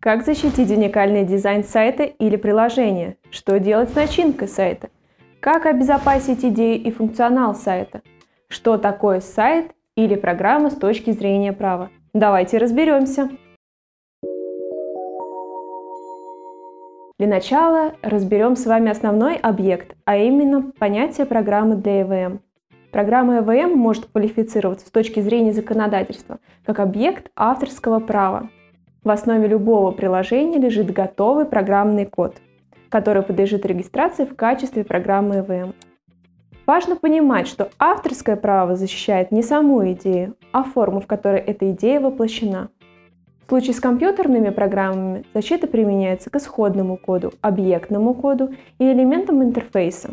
Как защитить уникальный дизайн сайта или приложения? Что делать с начинкой сайта? Как обезопасить идею и функционал сайта? Что такое сайт или программа с точки зрения права? Давайте разберемся. Для начала разберем с вами основной объект, а именно понятие программы для EVM. Программа EVM может квалифицироваться с точки зрения законодательства как объект авторского права. В основе любого приложения лежит готовый программный код, который подлежит регистрации в качестве программы EVM. Важно понимать, что авторское право защищает не саму идею, а форму, в которой эта идея воплощена. В случае с компьютерными программами защита применяется к исходному коду, объектному коду и элементам интерфейса.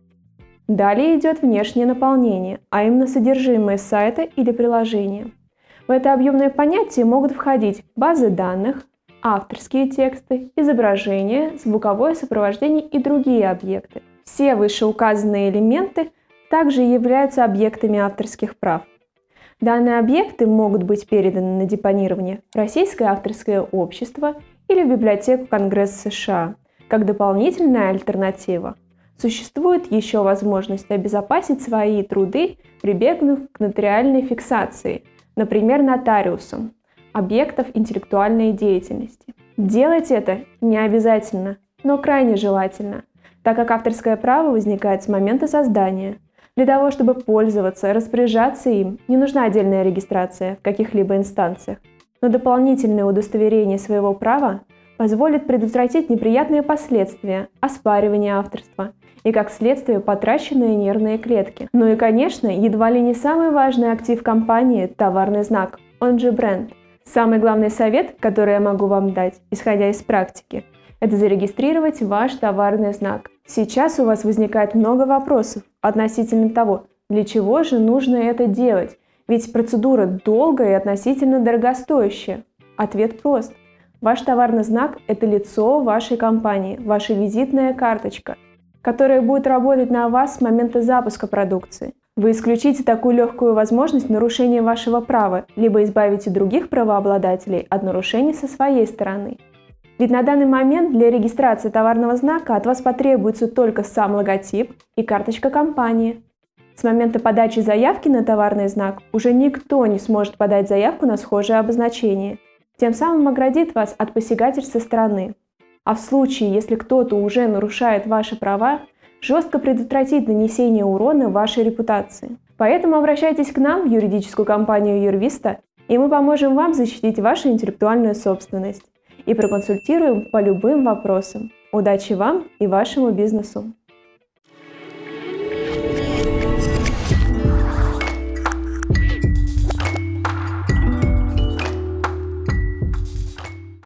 Далее идет внешнее наполнение, а именно содержимое сайта или приложения. В это объемное понятие могут входить базы данных, авторские тексты, изображения, звуковое сопровождение и другие объекты. Все вышеуказанные элементы также являются объектами авторских прав. Данные объекты могут быть переданы на депонирование в Российское авторское общество или в Библиотеку Конгресса США. Как дополнительная альтернатива, существует еще возможность обезопасить свои труды, прибегнув к нотариальной фиксации, например, нотариусом, объектов интеллектуальной деятельности. Делать это не обязательно, но крайне желательно, так как авторское право возникает с момента создания. Для того, чтобы пользоваться, распоряжаться им, не нужна отдельная регистрация в каких-либо инстанциях, но дополнительное удостоверение своего права позволит предотвратить неприятные последствия оспаривания авторства и, как следствие, потраченные нервные клетки. Ну и, конечно, едва ли не самый важный актив компании – товарный знак, он же бренд. Самый главный совет, который я могу вам дать, исходя из практики, это зарегистрировать ваш товарный знак. Сейчас у вас возникает много вопросов относительно того, для чего же нужно это делать, ведь процедура долгая и относительно дорогостоящая. Ответ прост. Ваш товарный знак – это лицо вашей компании, ваша визитная карточка, которая будет работать на вас с момента запуска продукции. Вы исключите такую легкую возможность нарушения вашего права, либо избавите других правообладателей от нарушений со своей стороны. Ведь на данный момент для регистрации товарного знака от вас потребуется только сам логотип и карточка компании. С момента подачи заявки на товарный знак уже никто не сможет подать заявку на схожее обозначение, тем самым оградит вас от посягательств со стороны. А в случае, если кто-то уже нарушает ваши права, жестко предотвратит нанесение урона вашей репутации. Поэтому обращайтесь к нам в юридическую компанию Юрвиста, и мы поможем вам защитить вашу интеллектуальную собственность и проконсультируем по любым вопросам. Удачи вам и вашему бизнесу!